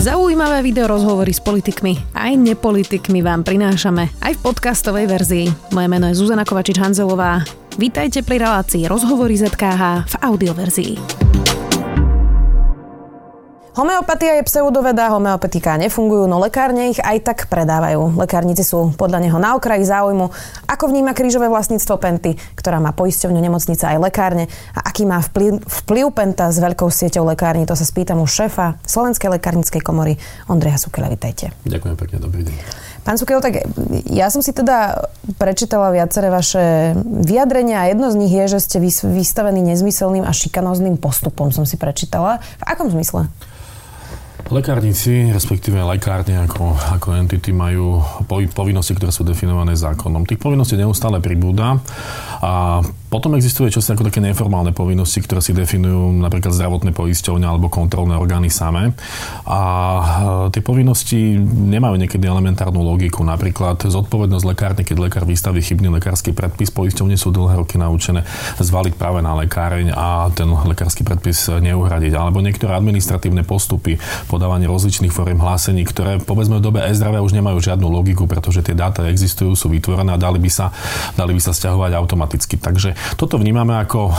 Zaujímavé videorozhovory s politikmi aj nepolitikmi vám prinášame aj v podcastovej verzii. Moje meno je Zuzana Kovačič-Hanzelová. Vítajte pri relácii Rozhovory ZKH v audioverzii. Homeopatia je pseudoveda, homeopatika nefungujú, no lekárne ich aj tak predávajú. Lekárnici sú podľa neho na okraji záujmu. Ako vníma krížové vlastníctvo Penty, ktorá má poisťovňu, nemocnice aj lekárne, a aký má vplyv Penta s veľkou sieťou lekární, to sa spýtam už šéfa Slovenskej lekárnickej komory Ondreja Sukela. Vítajte. Ďakujem pekne, dobrý deň. Pán Sukel, tak ja som si teda prečítala viaceré vaše vyjadrenia a jedno z nich je, že ste vystavení nezmyselným a šikanóznym postupom, som si prečítala. V akom zmysle? Lekárnici, respektíve lekárne ako entity majú povinnosti, ktoré sú definované zákonom. Tých povinností neustále pribúda a potom existuje čosi ako také neformálne povinnosti, ktoré si definujú napríklad zdravotné poisťovne alebo kontrolné orgány samé. A tie povinnosti nemajú niekedy elementárnu logiku. Napríklad zodpovednosť lekárne, keď lekár vystaví chybný lekársky predpis, poisťovne sú dlhé roky naučené zvaliť práve na lekáreň a ten lekársky predpis neuhradiť. Alebo niektoré administratívne postupy, podávanie rozličných foriem hlásení, ktoré povedzme v dobe e-zdravia už nemajú žiadnu logiku, pretože tie dáta existujú, sú vytvorené a dali by sa sťahovať automaticky. Takže toto vnímame ako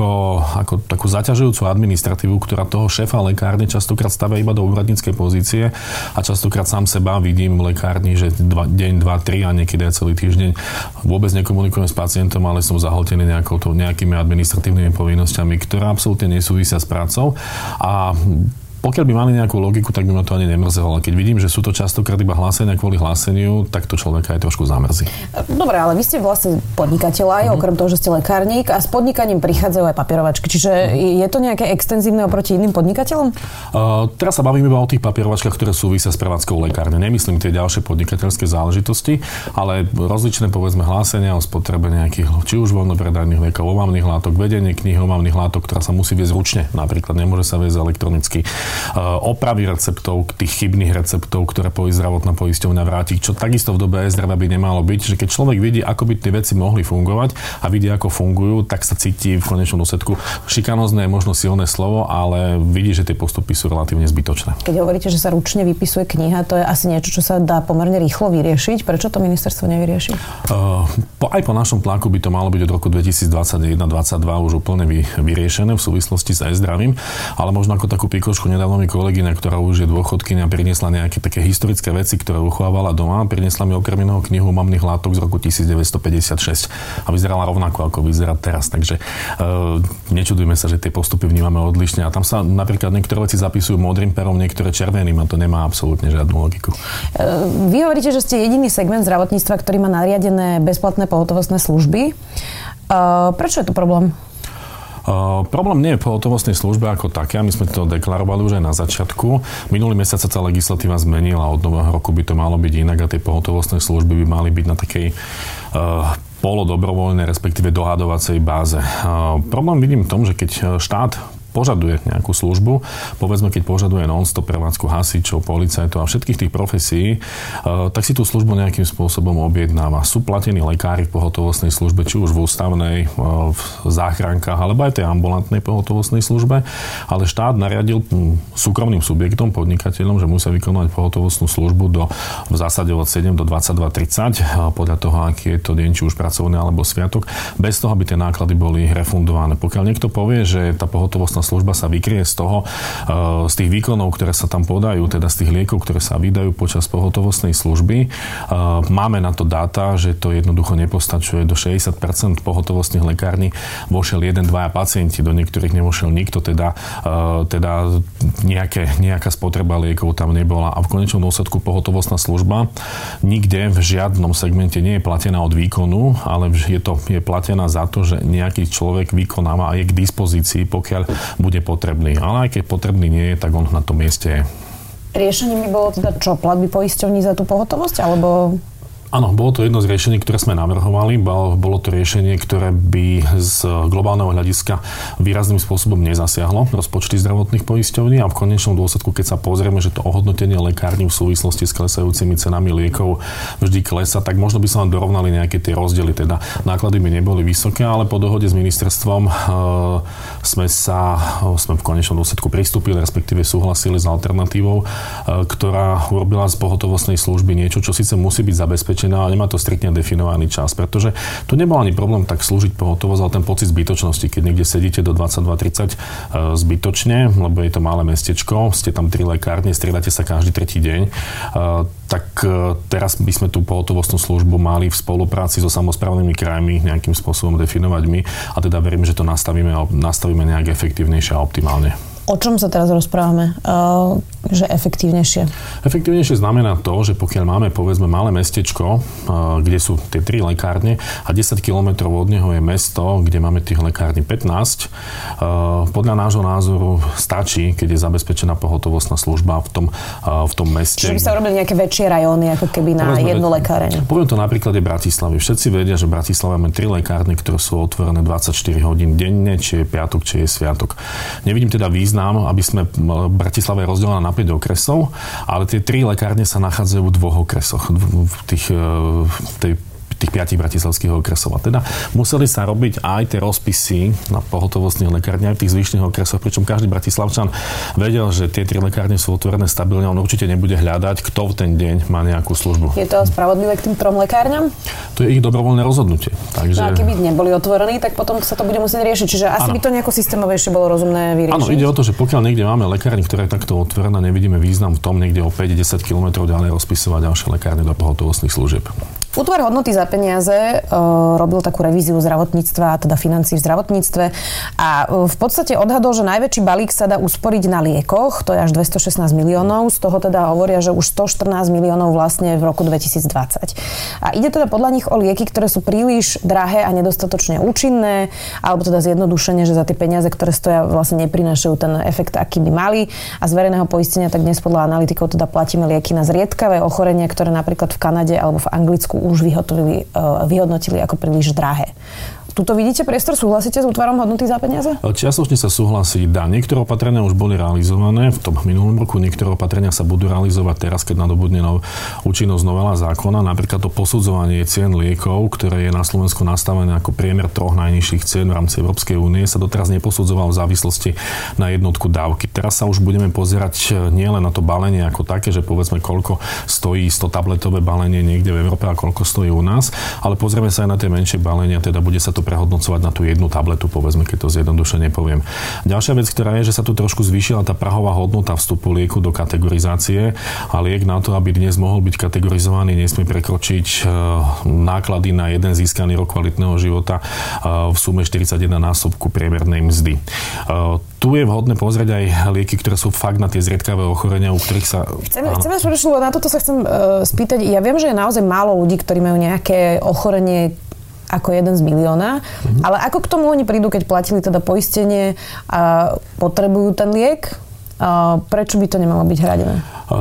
takú zaťažujúcu administratívu, ktorá toho šéfa lekárne častokrát stavia iba do úradníckej pozície a častokrát sám seba vidím v lekárni, že deň, 2, 3 a niekedy aj celý týždeň vôbec nekomunikujem s pacientom, ale som zahltený nejakými administratívnymi povinnosťami, ktoré absolútne nesúvisia s prácou. A pokiaľ by mali nejakú logiku, tak by ma to ani nemrzelo. Ale keď vidím, že sú to častokrát iba hlásenia kvôli hláseniu, tak to človeka aj trošku zamrzí. Dobre, ale vy ste vlastne podnikateľ aj, okrem toho, že ste lekárnik, a s podnikaním prichádzajú aj papierovačky. Čiže je to nejaké extenzívne oproti iným podnikateľom? Teraz sa bavím iba o tých papierovačkách, ktoré súvisia s prevádzkou lekárne. Nemyslím tie ďalšie podnikateľské záležitosti, ale rozličné povedzme hlásenia o spotrebe nejakých či už voľnopredajných liekov, omamných látok, vedenie knihy omamných látok, ktorá sa musí viesť ručne, napríklad nemôže sa viesť elektronicky. Opravy receptov, tých chybných receptov, ktoré zdravotná poisťovňa vráti, čo takisto v dobe e-zdravia by nemalo byť, že keď človek vidí, ako by tie veci mohli fungovať a vidí, ako fungujú, tak sa cíti v konečnom dôsledku. Šikanózne je možno silné slovo, ale vidí, že tie postupy sú relatívne zbytočné. Keď hovoríte, že sa ručne vypisuje kniha, to je asi niečo, čo sa dá pomerne rýchlo vyriešiť. Prečo to ministerstvo nevyrieši? Aj po našom tlaku by to malo byť od roku 2021-2022 už úplne vyriešené v súvislosti s e-zdravím, ale možno ako takú pikošku nedávno mi kolegyňa, ktorá už je dôchodkyňa, priniesla nejaké také historické veci, ktoré uchovávala doma. Priniesla mi okrem iného knihu omamných látok z roku 1956 a vyzerala rovnako, ako vyzerá teraz. Takže nečudujme sa, že tie postupy vnímame odlišne. A tam sa napríklad niektoré veci zapisujú modrým perom, niektoré červeným, a to nemá absolútne žiadnu logiku. Vy hovoríte, že ste jediný segment zdravotníctva, ktorý má nariadené bezplatné pohotovostné služby. Prečo je to problém? Problém nie je v pohotovostnej službe ako také, my sme to deklarovali už aj na začiatku. Minulý mesiac sa tá legislatíva zmenila, od nového roku by to malo byť inak a tie pohotovostné služby by mali byť na takej polodobrovoľnej, respektíve dohadovacej báze. Problém vidím v tom, že keď štát požaduje nejakú službu, povedzme, keď požaduje non-stop prevádzku hasičov, policajtov a všetkých tých profesí, tak si tú službu nejakým spôsobom objednáva. Sú platení lekári v pohotovostnej službe, či už v ústavnej, v záchrankách, alebo aj tej ambulantnej pohotovostnej službe, ale štát nariadil súkromným subjektom, podnikateľom, že musia vykonávať pohotovostnú službu v zásade od 7 do 22:30, podľa toho, aký je to deň, či už pracovný alebo sviatok, bez toho, aby tie náklady boli refundované. Pokiaľ niekto povie, že tá pohotovostná služba sa vykrie z toho, z tých výkonov, ktoré sa tam podajú, teda z tých liekov, ktoré sa vydajú počas pohotovostnej služby. Máme na to dáta, že to jednoducho nepostačuje. Do 60% pohotovostných lekární vošiel 1-2 pacienti, do niektorých nevošiel nikto, teda nejaká spotreba liekov tam nebola. A v konečnom dôsledku pohotovostná služba nikde v žiadnom segmente nie je platená od výkonu, ale je platená za to, že nejaký človek vykonáva a je k dispozícii, pokiaľ bude potrebný. Ale aj keď potrebný nie je, tak on na tom mieste je. Riešením by bolo teda čo? Platby poisťovní za tú pohotovosť? Alebo Áno, bolo to jedno z riešení, ktoré sme navrhovali. Bolo to riešenie, ktoré by z globálneho hľadiska výrazným spôsobom nezasiahlo rozpočty zdravotných poisťovní a v konečnom dôsledku, keď sa pozrieme, že to ohodnotenie lekární v súvislosti s klesajúcimi cenami liekov vždy klesa, tak možno by sa len dorovnali nejaké tie rozdiely. Teda náklady by neboli vysoké, ale po dohode s ministerstvom sme v konečnom dôsledku pristúpili, respektíve súhlasili s alternatívou, ktorá urobila z pohotovostnej služby niečo, čo síce musí byť zabezpečené, ale nemá to striktne definovaný čas, pretože tu nebol ani problém tak slúžiť pohotovosť, ale ten pocit zbytočnosti, keď niekde sedíte do 22:30 zbytočne, lebo je to malé mestečko, ste tam 3 lekárne, striedate sa každý tretí deň, tak teraz by sme tú pohotovostnú službu mali v spolupráci so samosprávnymi krajmi nejakým spôsobom definovať my a teda verím, že to nastavíme nejak efektívnejšie a optimálne. O čom sa teraz rozprávame? Že efektívnejšie? Efektívnejšie znamená to, že pokiaľ máme povedzme malé mestečko, kde sú tie 3 lekárne a 10 kilometrov od neho je mesto, kde máme tých lekární 15, podľa nášho názoru stačí, keď je zabezpečená pohotovostná služba v tom meste. Čiže by sa urobili nejaké väčšie rajóny, ako keby na jednu lekáreň. Poviem to na príklade Bratislavy. Všetci vedia, že v Bratislave máme 3 lekárne, ktoré sú otvorené 24 hodín denne, či je piatok, v sviatok. Nevidím teda význam, aby sme Bratislava je rozdelená na 5 okresov, ale tie 3 lekárne sa nachádzajú v 2 okresoch. Tých 5 bratislavských okresov. A teda museli sa robiť aj tie rozpisy na pohotovostných lekárniach v tých zvyšných okresoch, pričom každý bratislavčan vedel, že tie 3 lekárne sú otvorené stabilne, on určite nebude hľadať, kto v ten deň má nejakú službu. Je to spravodlivé k tým 3 lekárňam? To je ich dobrovoľné rozhodnutie. Takže... No a keby neboli otvorení, tak potom sa to bude musieť riešiť. Čiže asi by to nejako systémovejšie bolo rozumné vyriešiť. Áno, ide o to, že pokiaľ niekde máme lekárni, ktorá je takto otvorená, nevidíme význam v tom niekde o 5-10 km ďalej rozpisovať ďalšie lekárne do pohotovostných služieb. Útvar hodnoty za peniaze robil takú revíziu zdravotníctva, teda financií v zdravotníctve a v podstate odhadol, že najväčší balík sa dá usporiť na liekoch, to je až 216 miliónov, z toho teda hovoria, že už 114 miliónov vlastne v roku 2020. A ide teda podľa nich o lieky, ktoré sú príliš drahé a nedostatočne účinné, alebo teda zjednodušene, že za tie peniaze, ktoré stoja, vlastne neprinášajú ten efekt, aký by mali. A z verejného poistenia tak dnes podľa analytikov teda platíme lieky na zriedkavé ochorenia, ktoré napríklad v Kanade alebo v Anglicku už vyhodnotili ako príliš drahé. Tuto vidíte priestor? Súhlasíte s útvarom hodnoty za peniaze? Čiastočne sa súhlasí. Niektoré opatrenia už boli realizované v tom minulom roku, niektoré opatrenia sa budú realizovať teraz, keď nadobudne účinnosť novela zákona. Napríklad to posudzovanie cien liekov, ktoré je na Slovensku nastavené ako priemer 3 najnižších cien v rámci Európskej únie, sa doteraz neposudzovalo v závislosti na jednotku dávky. Teraz sa už budeme pozerať nielen na to balenie ako také, že povedzme koľko stojí 100 tabletové balenie niekde v Európe a koľko stojí u nás, ale pozrieme sa aj na tie menšie balenia, teda bude sa to prehodnocovať na tú jednu tabletu, povedzme, keď to zjednodušene poviem. Ďalšia vec, ktorá je, že sa tu trošku zvýšila tá prahová hodnota vstupu lieku do kategorizácie a liek na to, aby dnes mohol byť kategorizovaný, nesmie prekročiť náklady na jeden získaný rok kvalitného života v sume 41 násobku priemernej mzdy. Tu je vhodné pozrieť aj lieky, ktoré sú fakt na tie zriedkavé ochorenia, u ktorých sa... Chcem na toto sa chcem spýtať. Ja viem, že je naozaj málo ľudí, ktorí majú nejaké ochorenie ako 1 z milióna. Ale ako k tomu oni prídu, keď platili teda poistenie a potrebujú ten liek? Prečo by to nemalo byť hradené?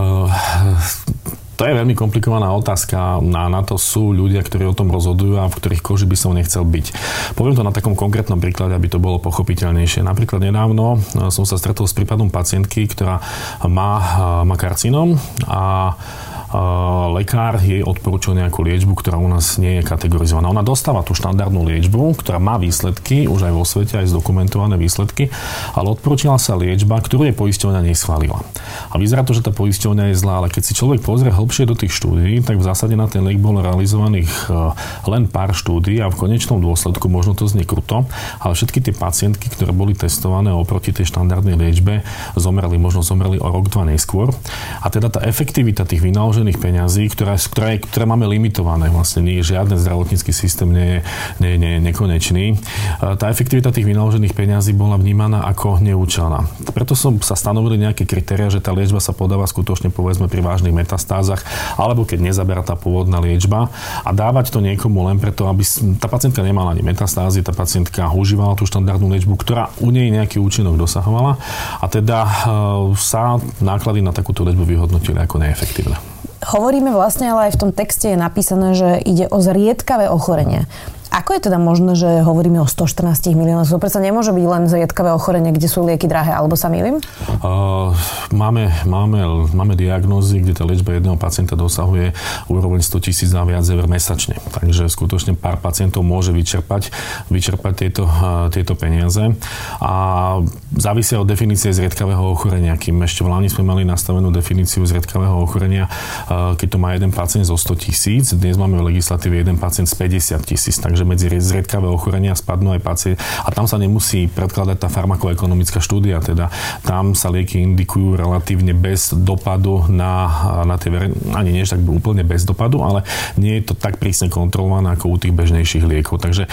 To je veľmi komplikovaná otázka. Na to sú ľudia, ktorí o tom rozhodujú a v ktorých koži by som nechcel byť. Poviem to na takom konkrétnom príklade, aby to bolo pochopiteľnejšie. Napríklad nedávno som sa stretol s prípadom pacientky, ktorá má karcinom a lekár jej odporúčil nejakú liečbu, ktorá u nás nie je kategorizovaná. Ona dostáva tú štandardnú liečbu, ktorá má výsledky, už aj vo svete, aj zdokumentované výsledky, ale odporúčila sa liečba, ktorú jej poisťovňa neschválila. A vyzerá to, že tá poisťovňa je zlá, ale keď si človek pozrie hlbšie do tých štúdií, tak v zásade na ten liek bolo realizovaných len pár štúdií a v konečnom dôsledku, možno to znie kruto, ale všetky tie pacientky, ktoré boli testované oproti tej štandardnej liečbe, zomreli o rok, 2 neskôr. A teda tá efektivita tých vynaložených peňazí, ktoré máme limitované. Vlastne nie je žiaden zdravotnícky systém, nie je nekonečný. Tá efektivita tých vynaložených peňazí bola vnímaná ako neúčelná. Preto sa stanovili nejaké kritériá, že tá liečba sa podáva skutočne povedzme pri vážnych metastázach, alebo keď nezaberá tá pôvodná liečba a dávať to niekomu len preto, aby tá pacientka nemala ani metastázy, tá pacientka užívala tú štandardnú liečbu, ktorá u nej nejaký účinok dosahovala a teda sa náklady na takúto liečbu vyhodnotili ako neefektívne. Hovoríme vlastne, ale aj v tom texte je napísané, že ide o zriedkavé ochorenia. Ako je teda možné, že hovoríme o 114 miliónoch? To predsa nemôže byť len zriedkavé ochorenie, kde sú lieky drahé, alebo sa mýlim? Máme diagnózy, kde tá liečba jedného pacienta dosahuje úroveň 100 000 a viac eur mesačne. Takže skutočne pár pacientov môže vyčerpať tieto peniaze. A závisia od definície zriedkavého ochorenia. Kým ešte v Lani sme mali nastavenú definíciu zriedkavého ochorenia, keď to má jeden pacient zo 100 000, dnes máme v legislatíve jeden pacient z 50 000. Takže medzi zriedkavé ochorenia spadnú aj pacienti. A tam sa nemusí predkladať tá farmakoekonomická štúdia. Teda tam sa lieky indikujú relatívne bez dopadu na tie ani nie tak úplne bez dopadu, ale nie je to tak prísne kontrolované ako u tých bežnejších liekov. Takže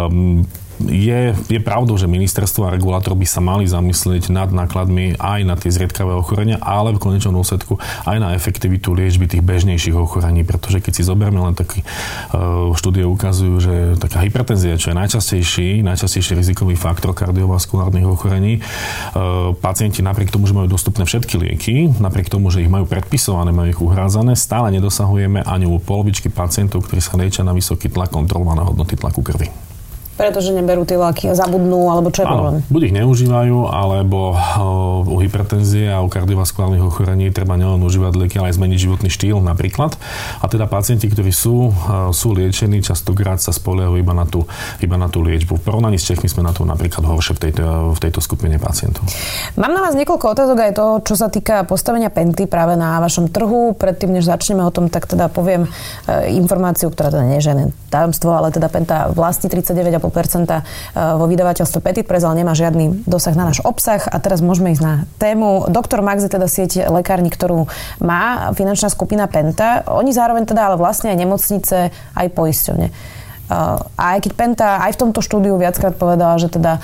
je pravdou, že ministerstvo a regulátor by sa mali zamyslieť nad nákladmi aj na tie zriedkavé ochorenia, ale v konečnom dôsledku aj na efektivitu liečby tých bežnejších ochorení, pretože keď si zoberme len taký štúdie ukazujú, že taká hypertenzia, čo je najčastejší rizikový faktor kardiovaskulárnych ochorení, pacienti napriek tomu, že majú dostupné všetky lieky, napriek tomu, že ich majú predpisované, majú ich uhrádzané, stále nedosahujeme ani u polovičky pacientov, ktorí sa liečia na vysoký tlak, kontrolované hodnoty tlaku krvi. Pretože neberú tie láky a zabudnú, alebo čo je problém? Buď ich neužívajú, alebo u hypertenzie a u kardiovaskulárnych ochorení treba nielen užívať lieky, ale aj zmeniť životný štýl napríklad. A teda pacienti, ktorí sú liečení, častokrát sa spoliehajú iba na tú liečbu. V porovnaní s Čechmi sme na to napríklad horšie v tejto skupine pacientov. Mám na vás niekoľko otázok aj to, čo sa týka postavenia Penty práve na vašom trhu. Predtým, než začneme o tom, tak teda poviem informáciu, ktorá teda nie je žiadne tajomstvo, ale teda Penta vlastní 39,5% vo vydavateľstve Petit Press, ale nemá žiadny dosah na náš obsah. A teraz môžeme ísť na tému. Dr. Max je teda sieť lekární, ktorú má finančná skupina Penta. Oni zároveň teda ale vlastne aj nemocnice, aj poisťovne. A aj keď Penta aj v tomto štúdiu viackrát povedala, že teda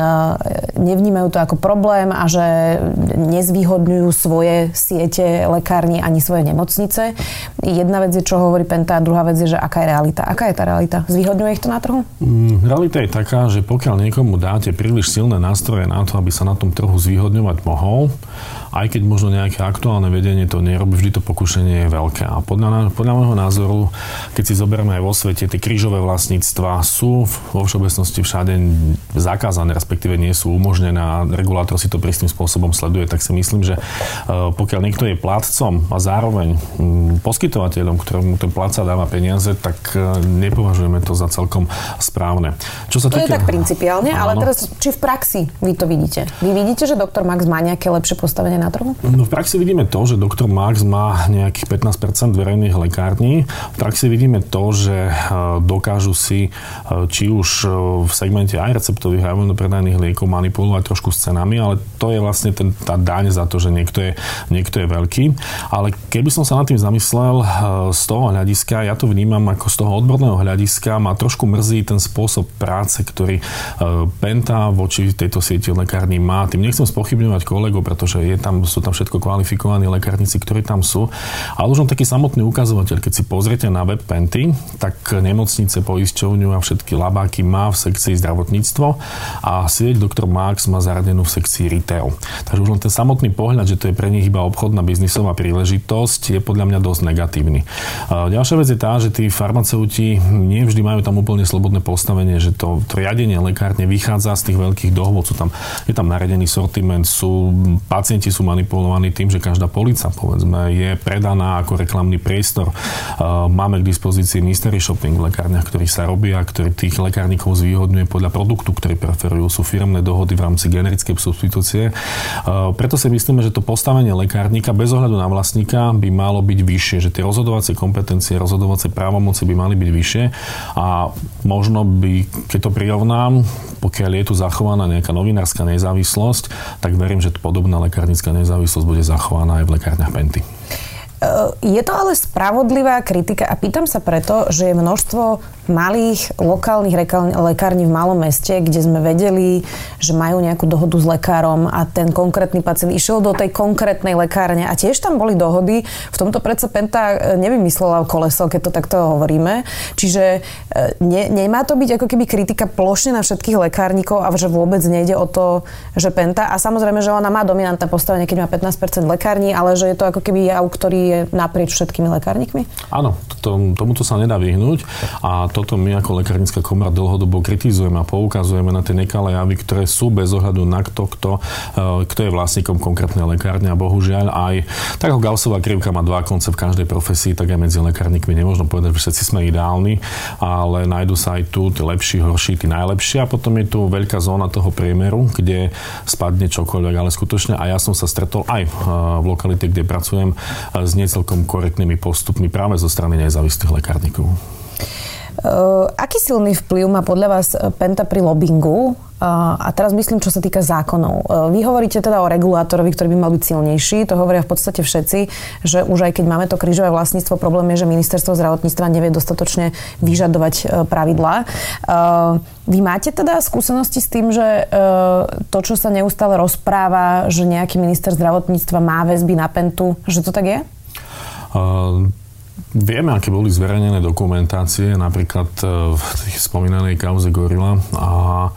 nevnímajú to ako problém a že nezvýhodňujú svoje siete lekárni ani svoje nemocnice. Jedna vec je, čo hovorí Penta, a druhá vec je, že aká je realita. Aká je tá realita? Zvýhodňuje ich to na trhu? Realita je taká, že pokiaľ niekomu dáte príliš silné nástroje na to, aby sa na tom trhu zvýhodňovať mohol, aj keď možno nejaké aktuálne vedenie to nerobí, vždy to pokušenie je veľké. A podľa môjho názoru, keď si zoberieme aj vo svete, tie krížové vlastníctva sú vo všeobecnosti všade zakázané, respektíve nie sú umožnené a regulátor si to prísnym spôsobom sleduje, tak si myslím, že pokiaľ niekto je plátcom a zároveň poskytovateľom, ktorému ten plátca dáva peniaze, tak nepovažujeme to za celkom správne. Čo sa to je tak principiálne, ale teraz či v praxi vy to vidíte? Vy vidíte, že doktor Max má nejaké lepšie postavenie na trhu? No, v praxi vidíme to, že doktor Max má nejakých 15% verejných lekární. V praxi vidíme to, že dokážu si či už v segmente aj receptových aj voľnopredajných liekov manipulovať trošku s cenami, ale to je vlastne tá daň za to, že niekto je veľký. Ale keby som sa nad tým zamyslel z toho hľadiska, ja to vnímam ako z toho odborného hľadiska, ma trošku mrzí ten spôsob práce, ktorý Penta voči tejto sieti lekární má. Tým nechcem spochybňovať kolegov, pretože sú tam všetko kvalifikovaní lekárnici, ktorí tam sú. Ale už len taký samotný ukazovateľ, keď si pozriete na web Penty, tak nemocnice, poisťovňu a všetky labáky má v sekcii zdravotníctvo a sieť Dr. Max má zaradenú v sekcii retail. Takže už len ten samotný pohľad, že to je pre nich iba obchodná biznisová príležitosť, je podľa mňa dosť negatívny. Ďalšia vec je tá, že tí farmaceuti nie vždy majú tam úplne slobodné postavenie, že to riadenie lekárne vychádza z tých veľkých dohôd. Je tam naredený sortiment, pacienti sú manipulovaní tým, že každá polica, povedzme, je predaná ako reklamný priestor. Máme k dispozícii mystery shopping v lekárniach, ktorý sa robí a ktorý tých lekárnikov zvýhodňuje podľa produktu, ktorý preferujú. Sú firemné dohody v rámci generickej substitúcie. Preto si myslíme, že to postavenie lekárnika bez ohľadu na vlastníka by malo byť vyššie, že tie rozhodovacie kompetencie, rozhodovacie právomoci by mali byť vyššie a možno by, keď to prirovnám, pokiaľ je tu zachovaná nejaká novinárska nezávislosť, tak verím, že podobná lekárnická nezávislosť bude zachovaná aj v lekárniach Penty. Je to ale spravodlivá kritika a pýtam sa preto, že je množstvo malých lokálnych lekární v malom meste, kde sme vedeli, že majú nejakú dohodu s lekárom a ten konkrétny pacient išiel do tej konkrétnej lekárne a tiež tam boli dohody. V tomto predsa Penta nevymyslela koleso, keď to takto hovoríme. Čiže nemá to byť ako keby kritika plošne na všetkých lekárnikov a že vôbec nejde o to, že Penta, a samozrejme, že ona má dominantné postavenie, keď má 15% lekární, ale že je to ako keby jav, ktorý je naprieč všetkými lekárnikmi? Áno, tomuto sa nedá vyhnúť a toto my ako lekárnická komora dlhodobo kritizujeme a poukazujeme na tie nekalé javy, ktoré sú bez ohľadu na kto je vlastníkom konkrétnej lekárne a bohužiaľ aj tak ako Gaussová krivka má dva konce v každej profesii, tak aj medzi lekárnikmi nemôžno povedať, že všetci sme ideálni, ale nájdu sa aj tu tí lepší, horší, tí najlepší a potom je tu veľká zóna toho priemeru, kde spadne čokoľvek, ale skutočne a ja som sa stretol aj v lokalite, kde pracujem s niecelkom korektnými postupmi práve zo strany nezávislých lekárnikov. Aký silný vplyv má podľa vás Penta pri lobbingu? A teraz myslím, čo sa týka zákonov. Vy hovoríte teda o regulátorovi, ktorý by mal byť silnejší. To hovoria v podstate všetci, že už aj keď máme to krížové vlastníctvo, problém je, že ministerstvo zdravotníctva nevie dostatočne vyžadovať pravidlá. Vy máte teda skúsenosti s tým, že to, čo sa neustále rozpráva, že nejaký minister zdravotníctva má väzby na Pentu, že to tak je? Vieme, aké boli zverejnené dokumentácie, napríklad v tých spomínanej kauze Gorila a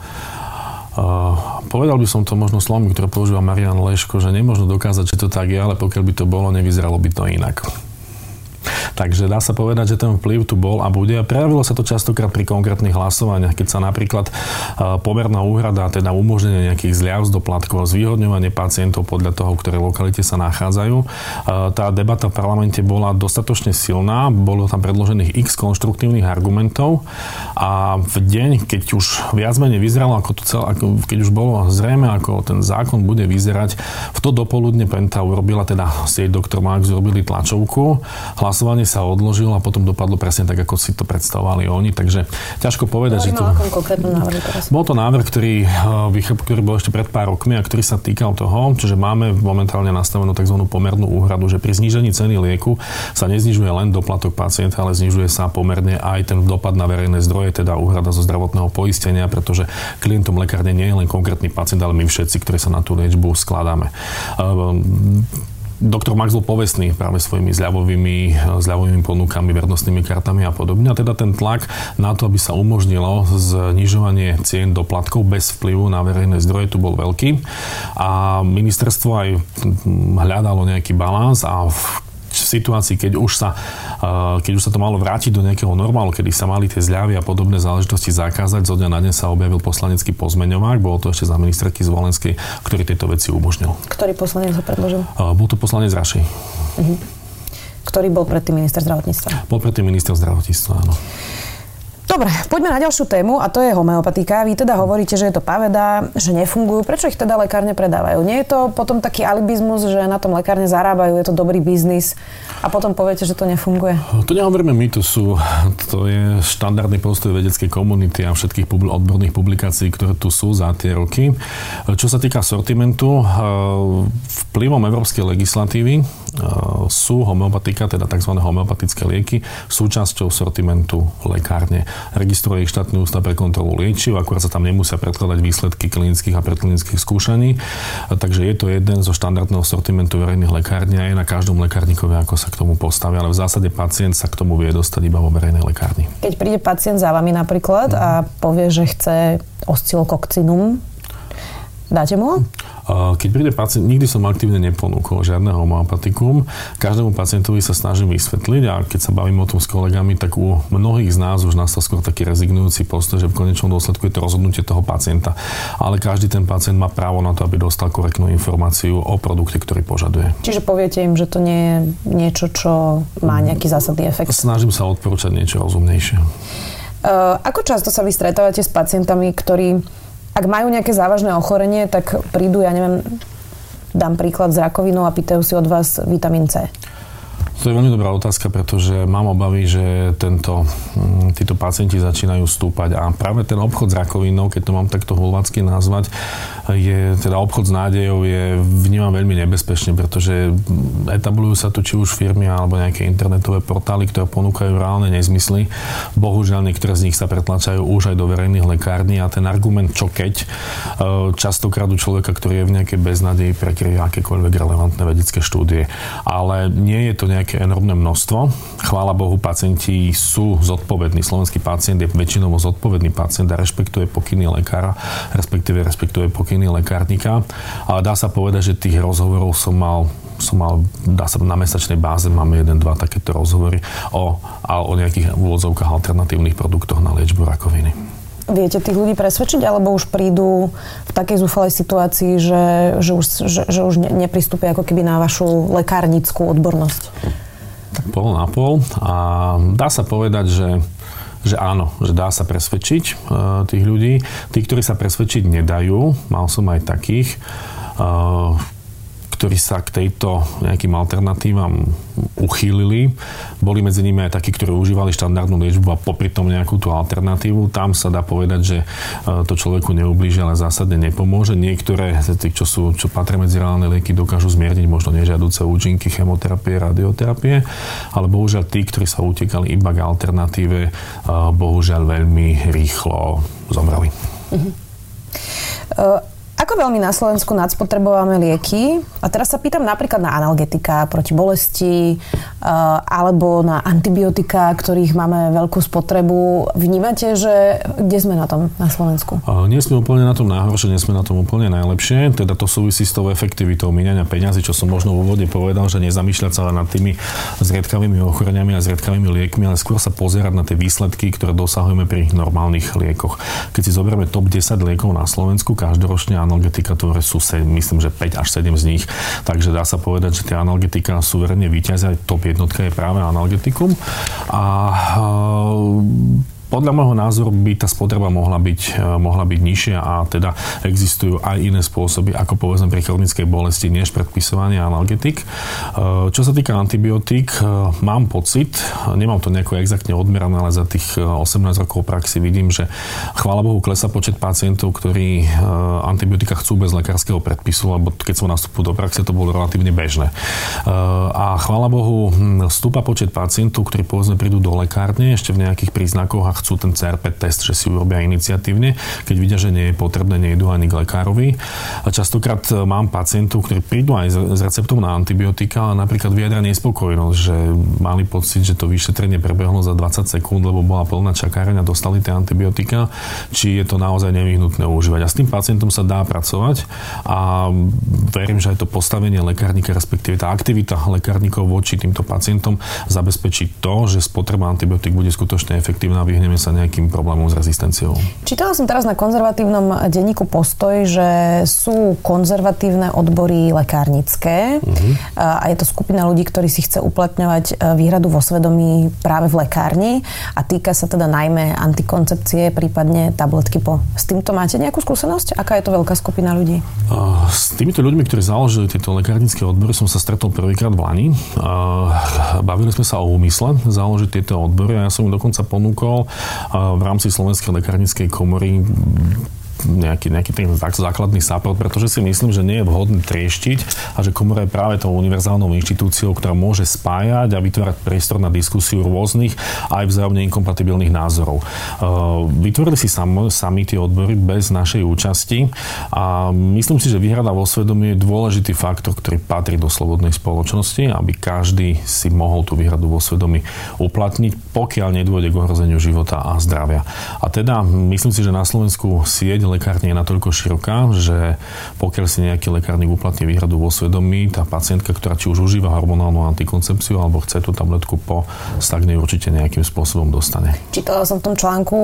povedal by som to možno slovami, ktoré používa Marian Leško, že nemôžno dokázať, že to tak je, ale pokiaľ by to bolo, nevyzeralo by to inak. Takže dá sa povedať, že ten vplyv tu bol a bude. A prejavilo sa to častokrát pri konkrétnych hlasovaniach, keď sa napríklad pomerná úhrada, teda umožnenie nejakých zľav z doplatkov a zvýhodňovanie pacientov podľa toho, v ktorej lokalite sa nachádzajú. Tá debata v parlamente bola dostatočne silná, bolo tam predložených x konštruktívnych argumentov a v deň, keď už viac menej vyzeralo, keď už bolo zrejme, ako ten zákon bude vyzerať, v to dopoludne Penta urobila, teda sieť Dr. Max urobili tlačovku, hlasovanie sa odložilo a potom dopadlo presne tak, ako si to predstavovali oni, takže ťažko povedať, že to... Bol to návrh, ktorý bol ešte pred pár rokmi a ktorý sa týkal toho, čiže máme momentálne nastavenú tzv. Pomernú úhradu, že pri znížení ceny lieku sa neznižuje len doplatok pacienta, ale znižuje sa pomerne aj ten dopad na verejné zdroje, teda úhrada zo zdravotného poistenia, pretože klientom lekárne nie je len konkrétny pacient, ale my všetci, ktorí sa na tú liečbu skladáme. Doktor Max bol povestný práve svojimi zľavovými ponukami, vernostnými kartami a podobne. A teda ten tlak na to, aby sa umožnilo znižovanie cien doplatkov bez vplyvu na verejné zdroje, tu bol veľký. A ministerstvo aj hľadalo nejaký balans a v situácii, keď už sa to malo vrátiť do nejakého normálu, kedy sa mali tie zľavy a podobné záležitosti zakázať, zo dňa na deň sa objavil poslanecký pozmeňovák, bolo to ešte za ministerky Zvolenskej, ktorý tieto veci umožnil. Ktorý poslanec ho predložil? Bol to poslanec Rašej. Uh-huh. Ktorý bol predtým minister zdravotníctva? Bol predtým minister zdravotníctva, áno. Dobre, poďme na ďalšiu tému a to je homeopatika. Vy teda hovoríte, že je to paveda, že nefungujú. Prečo ich teda lekárne predávajú? Nie je to potom taký alibizmus, že na tom lekárne zarábajú, je to dobrý biznis a potom poviete, že to nefunguje? To nehovoríme my, to je štandardný postoj vedeckej komunity a všetkých odborných publikácií, ktoré tu sú za tie roky. Čo sa týka sortimentu, vplyvom európskej legislatívy sú homeopatika, teda tzv. Homeopatické lieky, súčasťou sortimentu lekárne. Registruje ich štátny ústav pre kontrolu liečiv, akurát sa tam nemusia predkladať výsledky klinických a predklinických skúšaní. Takže je to jeden zo štandardného sortimentu verejných lekární a je na každom lekárnikovi, ako sa k tomu postaví, ale v zásade pacient sa k tomu vie dostať iba vo verejnej lekárni. Keď príde pacient za vami napríklad a povie, že chce oscillococcinum, dáte mu ho? Keď príde pacient, nikdy som aktívne neponúkol žiadne homeopatikum. Každému pacientovi sa snažím vysvetliť a keď sa bavím o tom s kolegami, tak u mnohých z nás už nastal skôr taký rezignujúci postoj, že v konečnom dôsledku je to rozhodnutie toho pacienta. Ale každý ten pacient má právo na to, aby dostal korektnú informáciu o produkte, ktorý požaduje. Čiže poviete im, že to nie je niečo, čo má nejaký zásadný efekt? Snažím sa odporúčať niečo rozumnejšie. Ako často sa vy stretávate s pacientami, ktorí ak majú nejaké závažné ochorenie, tak prídu, ja neviem, dám príklad s rakovinou a pýtajú si od vás vitamín C. To je veľmi dobrá otázka, pretože mám obavy, že títo pacienti začínajú stúpať a práve ten obchod s rakovinou, keď to mám takto hulvácky nazvať, teda obchod s nádejou je vnímam veľmi nebezpečne, pretože etablujú sa tu či už firmy alebo nejaké internetové portály, ktoré ponúkajú reálne nezmysly. Bohužiaľ, niektoré z nich sa pretlačajú už aj do verejných lekární a ten argument čo keď častokrát u človeka, ktorý je v nejakej beznádeji, prekryje akékoľvek relevantné vedecké štúdie. Ale nie je to nejaké enormné množstvo. Chvála Bohu, pacienti sú zodpovední. Slovenský pacient je väčšinovo zodpovedný pacient a rešpektuje pokyny lekára, respektuje pokyny lekárnika. Ale dá sa povedať, že tých rozhovorov som mal dá sa na mesačnej báze, máme 1-2 takéto rozhovory o nejakých úvodzovkách alternatívnych produktoch na liečbu rakoviny. Viete tých ľudí presvedčiť, alebo už prídu v takej zúfalej situácii, že už nepristúpia ako keby na vašu lekárnickú odbornosť? Tak pol na pol. A dá sa povedať, že áno, že dá sa presvedčiť tých ľudí. Tí, ktorí sa presvedčiť nedajú, mal som aj takých, ktorí sa k tejto nejakým alternatívam uchýlili. Boli medzi nimi aj takí, ktorí užívali štandardnú liečbu a popri tom nejakú tú alternatívu. Tam sa dá povedať, že to človeku neublíži, ale zásadne nepomôže. Niektoré z tých, čo patria medzi reálne lieky, dokážu zmierniť možno nežiaduce účinky chemoterapie, radioterapie, ale bohužiaľ tí, ktorí sa utekali iba k alternatíve, bohužiaľ veľmi rýchlo zomreli. Ako veľmi na Slovensku nadspotrebujeme lieky? A teraz sa pýtam napríklad na analgetika proti bolesti alebo na antibiotika, ktorých máme veľkú spotrebu. Vnímate, že kde sme na tom na Slovensku? Nie sme úplne na tom najhoršie, nie sme na tom úplne najlepšie. Teda to súvisí s tou efektivitou míňania peňazí, čo som možno v úvode povedal, že nezamýšľať sa len nad tými zriedkavými ochoreniami a zriedkavými liekmi, ale skôr sa pozerať na tie výsledky, ktoré dosahujeme pri normálnych liekoch. Keď si zoberieme top 10 liekov na Slovensku, každoročne analgetika tvorí sú, myslím, že 5 až 7 z nich. Takže dá sa povedať, že tie analgetika suverene víťazia. Top jednotka je práve analgetikum. A podľa môjho názoru by tá spotreba mohla byť nižšia a teda existujú aj iné spôsoby, ako povedzme pri chronickej bolesti, než predpisovanie analgetik. Čo sa týka antibiotík, mám pocit, nemám to nejako exaktne odmerané, ale za tých 18 rokov praxi vidím, že chvála Bohu klesá počet pacientov, ktorí antibiotika chcú bez lekárskeho predpisu, lebo keď som nastúpil do praxe, to bolo relatívne bežné. A chvála Bohu stúpa počet pacientov, ktorí povedzme prídu do lekárne ešte v nejakých príznakoch a chcú ten CRP test, že si urobia iniciatívne, keď vidia, že nie je potrebné, nejdu ani k lekárovi. A častokrát mám pacientov, ktorí prídu aj s receptom na antibiotika, ale napríklad vyjadria nespokojnosť, že mali pocit, že to vyšetrenie prebehlo za 20 sekúnd, lebo bola plná čakáreň a dostali tie antibiotika, či je to naozaj nevyhnutné užívať. A s tým pacientom sa dá pracovať a verím, že aj to postavenie lekárnika, respektíve tá aktivita lekárnikov voči týmto pacientom zabezpečí to, že spotreba antibiotík bude skutočne efektívna a vyhneme sa nejakým problémom s rezistenciou. Čítala som teraz na konzervatívnom denníku Postoj, že sú konzervatívne odbory lekárnické a je to skupina ľudí, ktorí si chce uplatňovať výhradu vo svedomí práve v lekárni a týka sa teda najmä antikoncepcie, prípadne tabletky po. S týmto máte nejakú skúsenosť? Aká je to veľká skupina ľudí? S týmito ľuďmi, ktorí založili tieto lekárnické odbory, som sa stretol prvýkrát v Lani. Bavili sme sa o úmysle založiť tieto odbory a ja som im dokonca ponúkol v rámci Slovenskej lekárnickej komory nejaký ten základný support, pretože si myslím, že nie je vhodné trieštiť a že komora je práve tou univerzálnou inštitúciou, ktorá môže spájať a vytvárať priestor na diskusiu rôznych aj vzájomne inkompatibilných názorov. Vytvorili si sami tie odbory bez našej účasti a myslím si, že výhrada vo svedomí je dôležitý faktor, ktorý patrí do slobodnej spoločnosti, aby každý si mohol tú výhradu vo svedomí uplatniť, pokiaľ nedôjde k ohrozeniu života a zdravia. A teda myslím si, že na Slovensku sieť lekárne je natoľko široká, že pokiaľ si nejaký lekárnik uplatní výhradu vo svedomí, tá pacientka, ktorá či už užíva hormonálnu antikoncepciu alebo chce tú tabletku po, sa k nej určite nejakým spôsobom dostane. Čítala som v tom článku,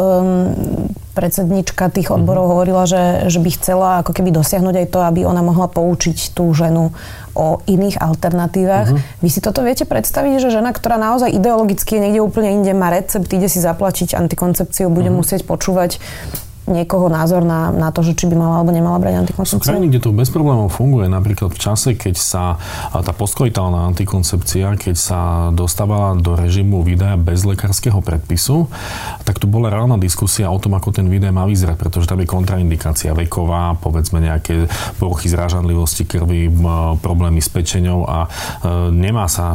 predsednička tých odborov hovorila, že by chcela ako keby dosiahnuť aj to, aby ona mohla poučiť tú ženu o iných alternatívach. Vy si toto viete predstaviť, že žena, ktorá naozaj ideologicky je niekde úplne inde, má recept, ide si zaplatiť antikoncepciu, bude musieť počúvať niekoho názor na to, že či by mala alebo nemala brať antikoncepciu? Sú krajiny, kde to bez problémov funguje. Napríklad v čase, keď sa tá postkoitálna antikoncepcia, keď sa dostávala do režimu výdaja bez lekárskeho predpisu, tak tu bola reálna diskusia o tom, ako ten výdaj má vyzerať, pretože tam je kontraindikácia veková, povedzme nejaké poruchy zrážanlivosti krvi, problémy s pečeňou a nemá sa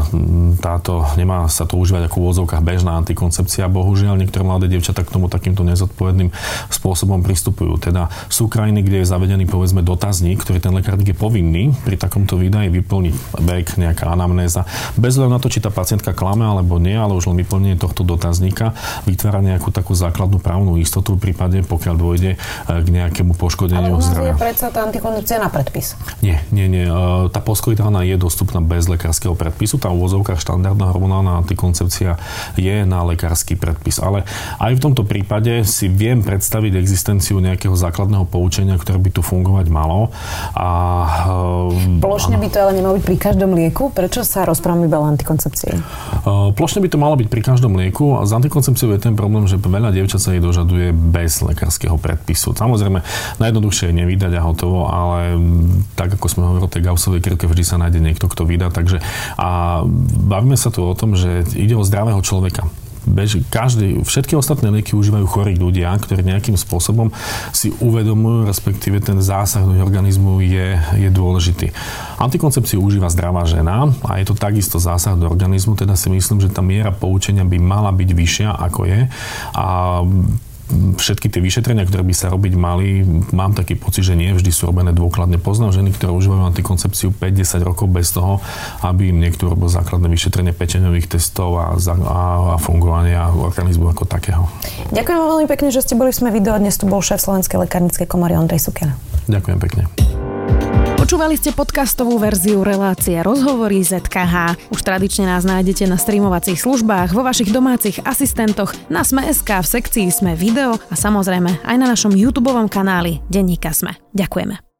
to užívať ako v úvodzovkách bežná antikoncepcia. Bohužiaľ, niektoré mladé dievčatá k tomu takýmto nezodpovedným spôsobom spôsobom pristupujú. Teda sú krajiny, kde je zavedený povedzme dotazník, ktorý ten lekárnik je povinný pri takomto výdaji vyplniť vek, nejaká anamnéza. Bez hľadu na to, či tá pacientka klame alebo nie, ale už len vyplnenie tohto dotazníka vytvára nejakú takú základnú právnu istotu v prípade, pokiaľ dôjde k nejakému poškodeniu zdravia. Ale u nás je predsa tá antikoncepcia na predpis. Nie. Tá poskytovaná je dostupná bez lekárskeho predpisu. Tá úvozovka štandardná hormonálna antikoncepcia je na lekársky predpis. Ale aj v tomto prípade si viem predstaviť existenciu nejakého základného poučenia, ktoré by tu fungovať malo. Plošne by to ale nemalo byť pri každom lieku? Prečo sa rozprávame iba o antikoncepcii? Plošne by to malo byť pri každom lieku. A s antikoncepciou je ten problém, že veľa dievčat sa jej dožaduje bez lekárskeho predpisu. Samozrejme, najjednoduchšie je nevydať a hotovo, ale tak ako sme hovorili o tej Gaussovej krivke, vždy sa nájde niekto, kto vydá. Takže a bavíme sa tu o tom, že ide o zdravého človeka. Všetky ostatné lieky užívajú chorí ľudia, ktorí nejakým spôsobom si uvedomujú, respektíve ten zásah do organizmu je dôležitý. Antikoncepciu užíva zdravá žena a je to takisto zásah do organizmu, teda si myslím, že tá miera poučenia by mala byť vyššia, ako je. A všetky tie vyšetrenia, ktoré by sa robiť mali, mám taký pocit, že nie vždy sú robené dôkladne. Poznám ženy, ktoré užívajú antikoncepciu 5-10 rokov bez toho, aby im niekto robil základné vyšetrenie pečeňových testov a fungovania organizmu ako takého. Ďakujem vám veľmi pekne, že ste boli v Sme video. Dnes tu bol šéf Slovenskej lekárnickej komory Ondrej Sukeľ. Ďakujem pekne. Počúvali ste podcastovú verziu relácie Rozhovory ZKH. Už tradične nás nájdete na streamovacích službách, vo vašich domácich asistentoch, na Sme.sk, v sekcii Sme video a samozrejme aj na našom YouTubeovom kanáli Denníka Sme. Ďakujeme.